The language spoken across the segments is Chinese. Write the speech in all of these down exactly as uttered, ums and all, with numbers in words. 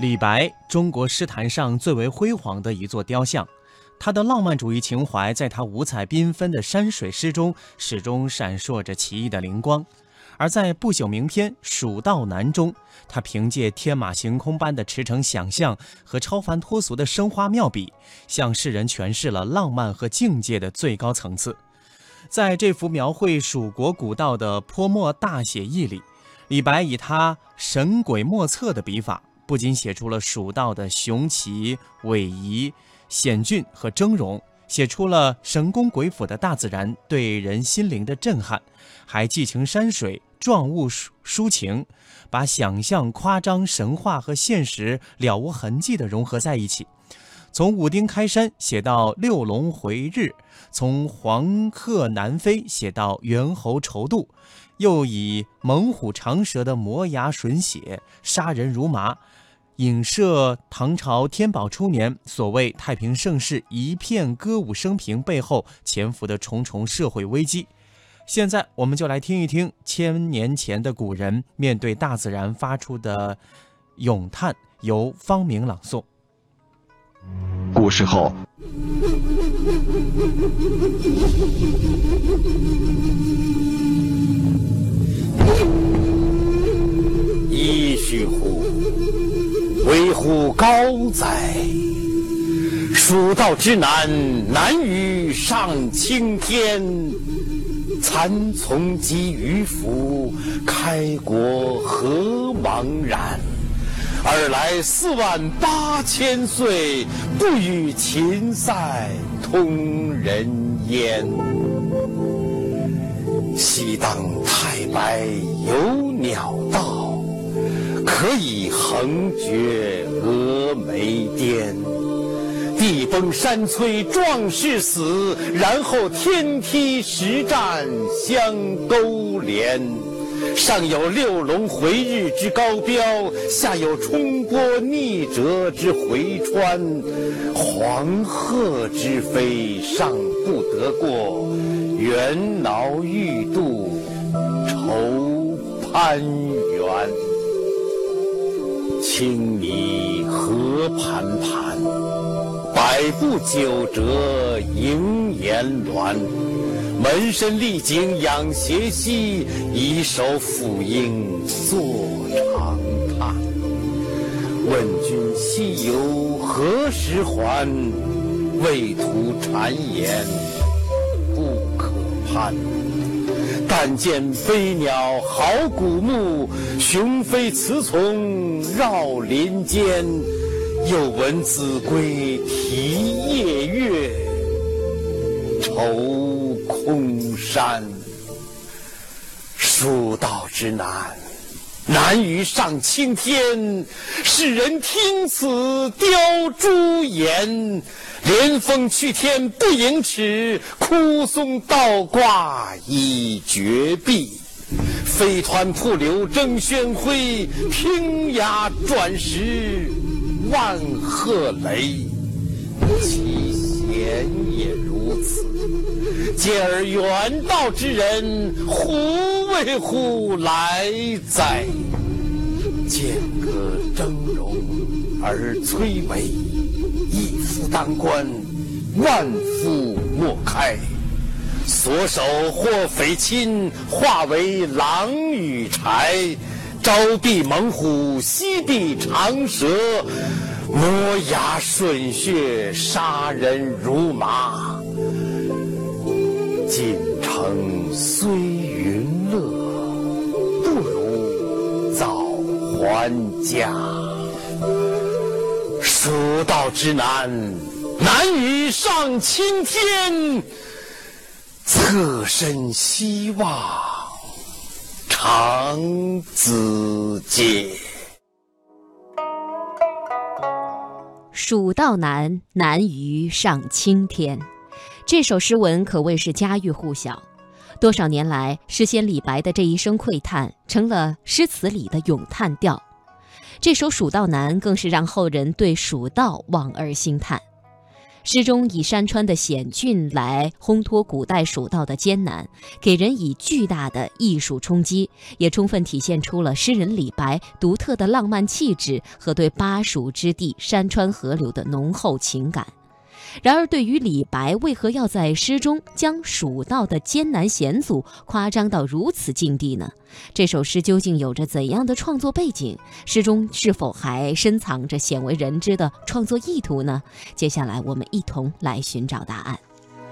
李白，中国诗坛上最为辉煌的一座雕像，他的浪漫主义情怀在他五彩缤纷的山水诗中始终闪烁着奇异的灵光。而在不朽名篇《蜀道难》中，他凭借天马行空般的驰骋想象和超凡脱俗的生花妙笔，向世人诠释了浪漫和境界的最高层次。在这幅描绘蜀国古道的泼墨大写意里，李白以他神鬼莫测的笔法，不仅写出了蜀道的雄奇伟仪、险峻和峥嵘，写出了神功鬼斧的大自然对人心灵的震撼，还寄情山水，状物抒情，把想象、夸张、神话和现实了无痕迹地融合在一起。从武丁开山写到六龙回日，从黄鹤南飞写到猿猴愁渡，又以猛虎长舌的磨牙吮血，杀人如麻，影射唐朝天宝初年所谓太平盛世一片歌舞升平背后潜伏的重重社会危机。现在我们就来听一听千年前的古人面对大自然发出的咏叹，由方明朗诵。 古时候， 噫吁乎！危乎高哉！蜀道之难，难于上青天。蚕丛及鱼凫，开国何茫然！尔来四万八千岁，不与秦塞通人烟。西当太白有鸟道，可以横绝峨眉巅。地崩山摧壮士死，然后天梯石栈相勾连。上有六龙回日之高标，下有冲波逆折之回川。黄鹤之飞尚不得过，猿猱欲度愁攀援。青泥何盘盘，百步九折萦岩峦。门深丽景仰斜溪，以手抚膺坐长叹。问君西游何时还？畏途谗言不可攀。但见飞鸟好古木，雄飞雌从绕林间。又闻子规啼夜月，愁空山。蜀道之难，难于上青天。世人听此凋朱颜。连峰去天不盈尺，枯松倒挂已绝壁。飞湍瀑流争喧哗，平崖转石万壑雷。其贤也如此，见而远道之人，胡为乎来哉？剑阁峥嵘而崔嵬，一夫当关，万夫莫开。所守或匪亲，化为狼与豺。朝避猛虎，夕避长蛇，磨牙吮血，杀人如麻。锦城虽云乐，不如早还家。蜀道之难，难于上青天。侧身西望，长子街。 蜀道难，难于上青天。这首诗文可谓是家喻户晓，多少年来，诗仙李白的这一声喟叹，成了诗词里的咏叹调。这首《蜀道难》更是让后人对蜀道望而兴叹。 诗中以山川的险峻来烘托古代蜀道的艰难，给人以巨大的艺术冲击，也充分体现出了诗人李白独特的浪漫气质和对巴蜀之地山川河流的浓厚情感。然而，对于李白为何要在诗中将蜀道的艰难险阻夸张到如此境地呢？这首诗究竟有着怎样的创作背景？诗中是否还深藏着鲜为人知的创作意图呢？接下来，我们一同来寻找答案。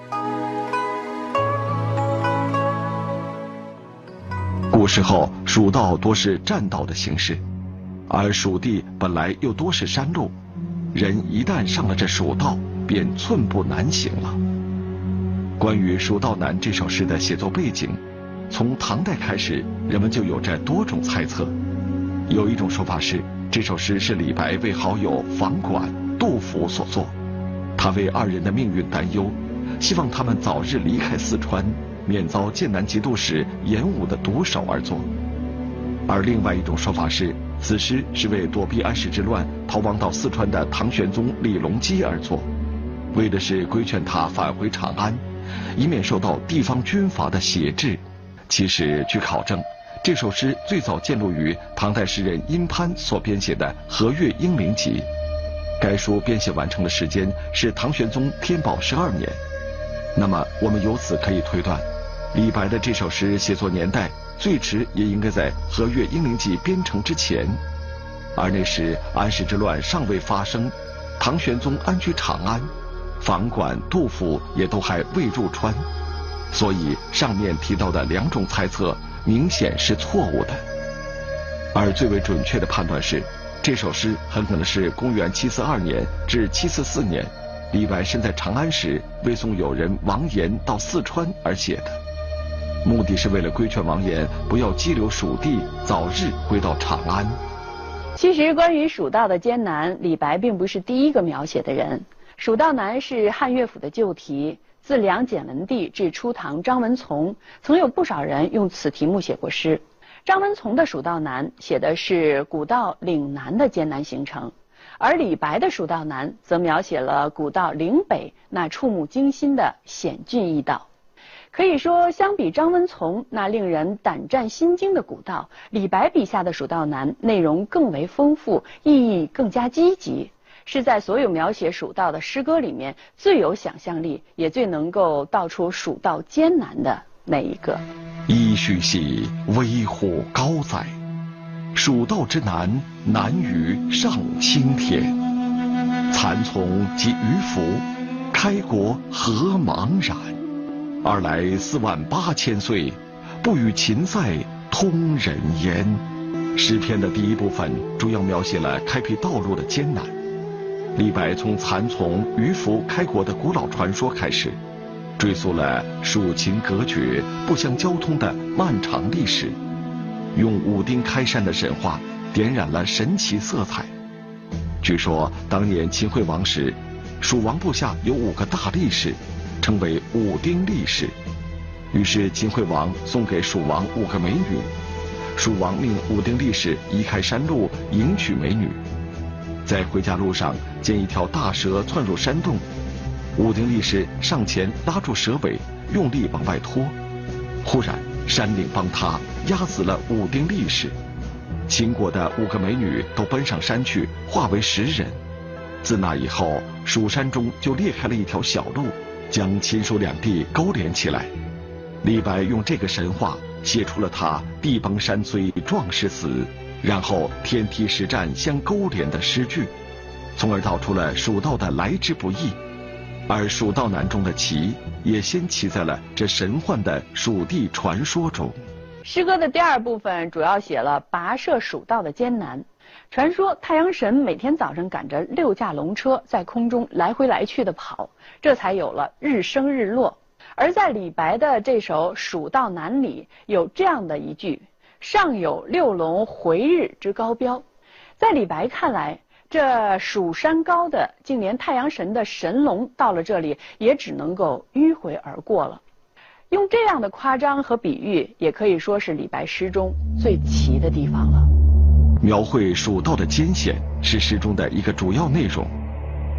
古时候，蜀道多是栈道的形式，而蜀地本来又多是山路，人一旦上了这蜀道，便寸步难行了。关于《蜀道难》这首诗的写作背景，从唐代开始，人们就有着多种猜测。有一种说法是，这首诗是李白为好友房管、杜甫所作，他为二人的命运担忧，希望他们早日离开四川，免遭剑南节度使严武的毒手而作。而另外一种说法是，此诗是为躲避安史之乱逃亡到四川的唐玄宗李隆基而作，为的是规劝他返回长安，以免受到地方军阀的挟制。其实据考证，这首诗最早见录于唐代诗人殷攀所编写的《和岳英灵集》，该书编写完成的时间是唐玄宗天宝十二年。那么我们由此可以推断，李白的这首诗写作年代最迟也应该在《和岳英灵集》编成之前，而那时安史之乱尚未发生，唐玄宗安居长安，房管、杜甫也都还未入川，所以上面提到的两种猜测明显是错误的。而最为准确的判断是，这首诗很可能是公元七四二年至七四四年，李白身在长安时为送友人王延到四川而写的，目的是为了规劝王延不要激流蜀地，早日回到长安。 其实关于蜀道的艰难，李白并不是第一个描写的人。《蜀道难》是汉乐府的旧题，自梁简文帝至初唐张文从，曾有不少人用此题目写过诗。张文从的《蜀道难》写的是古道岭南的艰难行程，而李白的《蜀道难》则描写了古道岭北那触目惊心的险峻易道。可以说，相比张文从那令人胆战心惊的古道，李白笔下的《蜀道难》内容更为丰富，意义更加积极，是在所有描写蜀道的诗歌里面最有想象力，也最能够道出蜀道艰难的那一个。 噫吁兮，危乎高哉！蜀道之难，难于上青天。蚕丛及鱼凫，开国何茫然！二来四万八千岁，不与秦塞通人烟。诗篇的第一部分主要描写了开辟道路的艰难。李白从蚕丛、鱼凫开国的古老传说开始，追溯了蜀秦隔绝、不相交通的漫长历史，用武丁开山的神话点染了神奇色彩。据说当年秦惠王时，蜀王部下有五个大力士，称为武丁力士。于是秦惠王送给蜀王五个美女，蜀王命武丁力士移开山路迎娶美女。在回家路上见一条大蛇窜入山洞，武丁力士上前拉住蛇尾，用力往外拖，忽然山岭崩塌，压死了武丁力士。秦国的五个美女都奔上山去，化为十人。自那以后，蜀山中就裂开了一条小路，将秦蜀两地勾连起来。李白用这个神话写出了他地崩山摧壮士死，然后天梯石栈相勾连的诗句，从而道出了蜀道的来之不易。而《蜀道难》中的奇也先骑在了这神幻的蜀地传说中。 诗歌的第二部分主要写了跋涉蜀道的艰难。传说太阳神每天早上赶着六驾龙车在空中来回来去的跑，这才有了日升日落。而在李白的这首《蜀道难》里有这样的一句：上有六龙回日之高标。在李白看来，这蜀山高的竟连太阳神的神龙到了这里也只能够迂回而过了。用这样的夸张和比喻，也可以说是李白诗中最奇的地方了。 描绘蜀道的艰险是诗中的一个主要内容。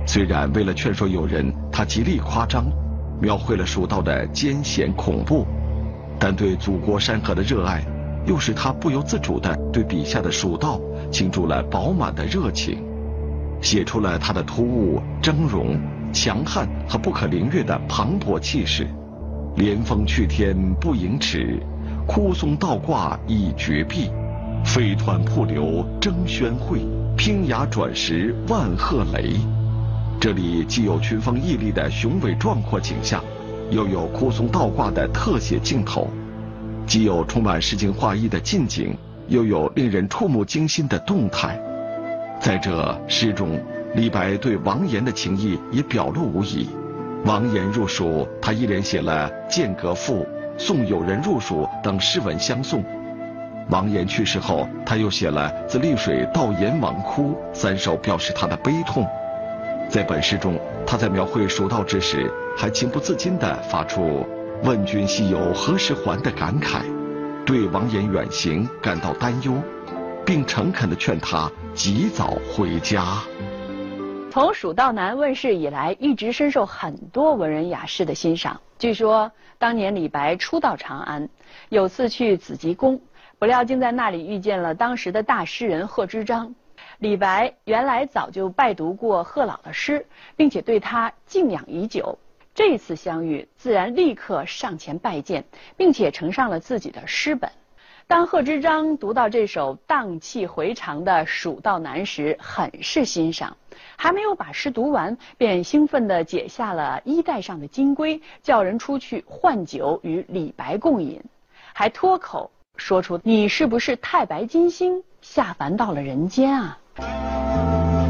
虽然为了劝说友人，他极力夸张，描绘了蜀道的艰险恐怖，但对祖国山河的热爱，又使他不由自主地对笔下的蜀道倾注了饱满的热情，写出了他的突兀、峥嵘、强悍和不可凌越的磅礴气势。连峰去天不盈尺，枯松倒挂已绝壁，飞湍瀑流争喧会，拼崖转石万壑雷。这里既有群峰屹立的雄伟壮阔景象，又有枯松倒挂的特写镜头，既有充满诗情画意的近景，又有令人触目惊心的动态。在这诗中，李白对王岩的情谊也表露无遗。王岩入蜀，他一连写了《剑阁赋》《送友人入蜀》等诗文相送。王岩去世后，他又写了《自丽水到阎王窟》三首，表示他的悲痛。在本诗中，他在描绘蜀道之时，还情不自禁地发出“问君西游何时还”的感慨，对王岩远行感到担忧，并诚恳地劝他及早回家。 从《蜀道难》问世以来，一直深受很多文人雅士的欣赏。据说当年李白初到长安，有次去紫极宫，不料竟在那里遇见了当时的大诗人贺知章。李白原来早就拜读过贺老的诗，并且对他敬仰已久。这次相遇，自然立刻上前拜见，并且呈上了自己的诗本。当贺知章读到这首荡气回肠的《蜀道难》时，很是欣赏，还没有把诗读完，便兴奋地解下了衣带上的金龟，叫人出去换酒与李白共饮，还脱口说出：“你是不是太白金星下凡到了人间啊？”